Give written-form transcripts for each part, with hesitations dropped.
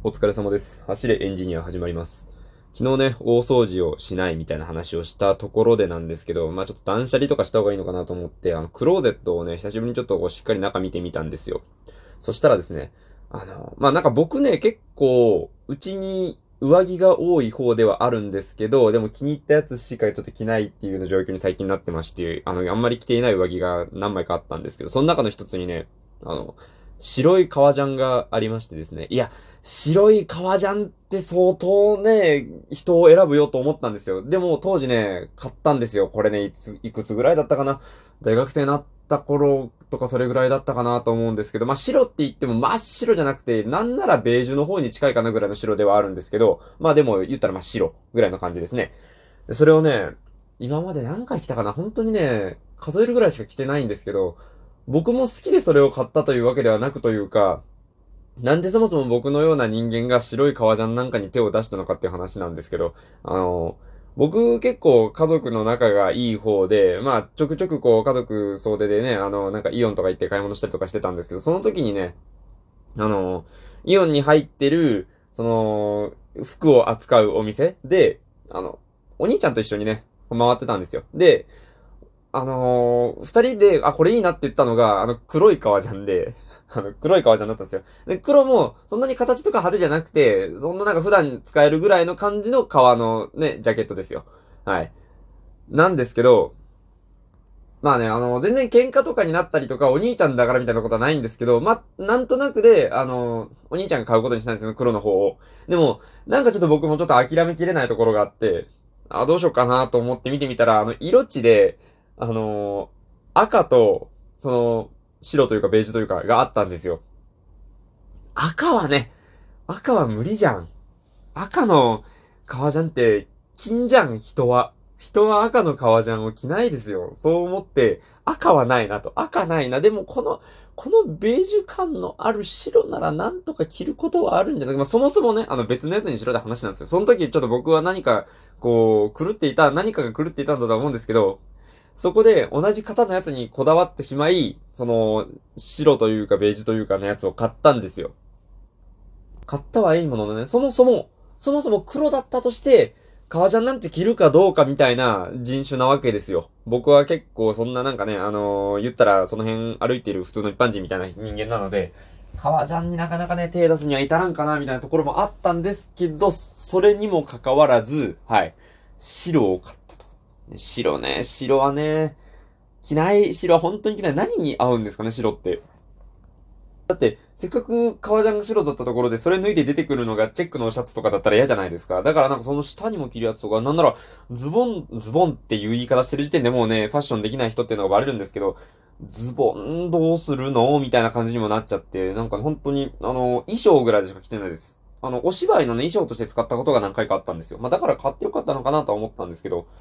お疲れ様です。走れエンジニア始まります。昨日ね、大掃除をしないみたいな話をしたところでなんですけど、ちょっと断捨離とかした方がいいのかなと思って、クローゼットをね、久しぶりにちょっとしっかり中見てみたんですよ。そしたらですね、僕ね、結構、うちに上着が多い方ではあるんですけど、でも気に入ったやつしかちょっと着ないっていうような状況に最近なってまして、あんまり着ていない上着が何枚かあったんですけど、その中の一つにね、白い革ジャンがありましてですね。いや、白い革ジャンって相当ね、人を選ぶよと思ったんですよ。でも当時ね、買ったんですよ。これね、いくつぐらいだったかな。大学生になった頃とかそれぐらいだったかなと思うんですけど、白って言っても真っ白じゃなくて、なんならベージュの方に近いかなぐらいの白ではあるんですけど、でも言ったら真っ白ぐらいの感じですね。でそれをね、今まで何回着たかな本当にね、数えるぐらいしか着てないんですけど、僕も好きでそれを買ったというわけではなくというか、なんでそもそも僕のような人間が白い革ジャンなんかに手を出したのかっていう話なんですけど、僕結構家族の仲がいい方で、ちょくちょくこう家族総出でね、イオンとか行って買い物したりとかしてたんですけど、その時にね、あの、イオンに入ってる、服を扱うお店で、お兄ちゃんと一緒にね、回ってたんですよ。で、二人で、これいいなって言ったのが、黒い革ジャンで、黒い革ジャンだったんですよ。で、黒も、そんなに形とか派手じゃなくて、そんななんか普段使えるぐらいの感じの革のね、ジャケットですよ。はい。なんですけど、全然喧嘩とかになったりとか、お兄ちゃんだからみたいなことはないんですけど、なんとなくで、お兄ちゃんが買うことにしたんですよ、黒の方を。でも、なんかちょっと僕もちょっと諦めきれないところがあって、どうしようかなと思って見てみたら、色地で、あの、赤と、白というかベージュというかがあったんですよ。赤はね、赤は無理じゃん。赤の革ジャンって金じゃん、人は。人は赤の革ジャンを着ないですよ。そう思って、赤はないなと。赤ないな。でもこのベージュ感のある白ならなんとか着ることはあるんじゃないか。そもそもね、別のやつにしろって話なんですよ。その時ちょっと僕は何か、何かが狂っていたんだと思うんですけど、そこで同じ型のやつにこだわってしまい、白というかベージュというかのやつを買ったんですよ。買ったはいいもののね、そもそも黒だったとして、革ジャンなんて着るかどうかみたいな人種なわけですよ。僕は結構そんななんかね、言ったらその辺歩いている普通の一般人みたいな人間なので、革ジャンになかなかね、手出すには至らんかなみたいなところもあったんですけど、それにもかかわらず、はい、白を買ったと。白ね、白はね、着ない、白は本当に着ない。何に合うんですかね、白って。だって、せっかく革ジャンが白だったところで、それ脱いで出てくるのがチェックのシャツとかだったら嫌じゃないですか。だからなんかその下にも着るやつとか、なんなら、ズボンっていう言い方してる時点でもうね、ファッションできない人っていうのがバレるんですけど、ズボンどうするのみたいな感じにもなっちゃって、なんか本当に、衣装ぐらいでしか着てないです。お芝居のね、衣装として使ったことが何回かあったんですよ。だから買ってよかったのかなとは思ったんですけど、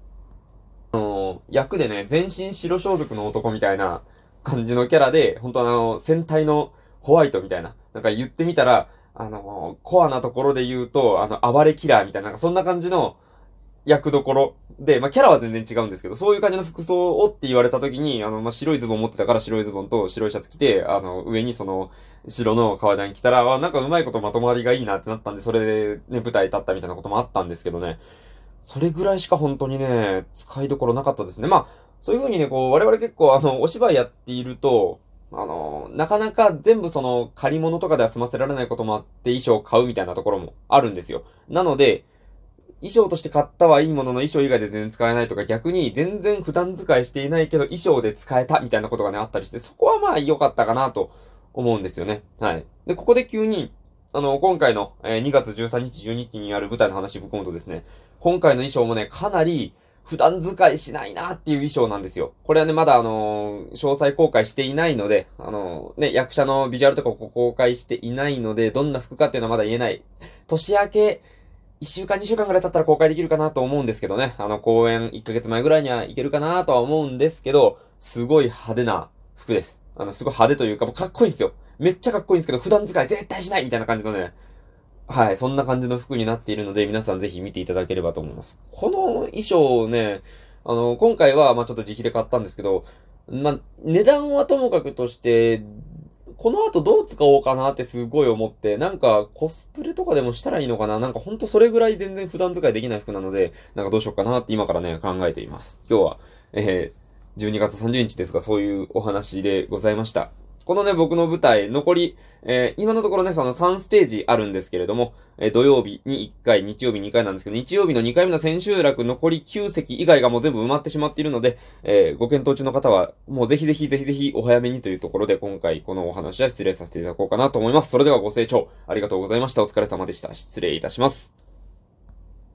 役でね、全身白装束の男みたいな感じのキャラで、本当戦隊のホワイトみたいな。なんか言ってみたら、コアなところで言うと、暴れキラーみたいな、なんかそんな感じの役どころで、キャラは全然違うんですけど、そういう感じの服装をって言われた時に、白いズボン持ってたから白いズボンと白いシャツ着て、上に白の革ジャン着たら、なんかうまいことまとまりがいいなってなったんで、それでね、舞台立ったみたいなこともあったんですけどね。それぐらいしか本当にね、使いどころなかったですね。そういう風にね、我々結構お芝居やっていると、なかなか全部借り物とかでは済ませられないこともあって衣装を買うみたいなところもあるんですよ。なので、衣装として買ったはいいものの衣装以外で全然使えないとか逆に全然普段使いしていないけど衣装で使えたみたいなことがねあったりして、そこは良かったかなと思うんですよね。はい。で、ここで急に、今回の、2月13日、12日にある舞台の話ぶ込むとですね、今回の衣装もね、かなり普段使いしないなっていう衣装なんですよ。これはね、まだ詳細公開していないので、役者のビジュアルとかを公開していないので、どんな服かっていうのはまだ言えない。年明け、1週間、2週間ぐらい経ったら公開できるかなと思うんですけどね。公演1ヶ月前ぐらいにはいけるかなとは思うんですけど、すごい派手な服です。すごい派手というか、もうかっこいいんですよ。めっちゃかっこいいんですけど、普段使い絶対しないみたいな感じのね、はい、そんな感じの服になっているので、皆さんぜひ見ていただければと思います。この衣装をね、今回は、ちょっと自費で買ったんですけど、値段はともかくとして、 この後どう使おうかなってすごい思って、なんかコスプレとかでもしたらいいのかな。なんかほんとそれぐらい全然普段使いできない服なので、なんかどうしようかなって今からね、考えています。今日は、12月30日ですが、そういうお話でございました。このね、僕の舞台、残り、今のところね、その3ステージあるんですけれども、土曜日に1回、日曜日2回なんですけど、日曜日の2回目の千秋楽残り9席以外がもう全部埋まってしまっているので、ご検討中の方は、もうぜひぜひぜひぜひお早めにというところで、今回このお話は失礼させていただこうかなと思います。それではご清聴ありがとうございました。お疲れ様でした。失礼いたします。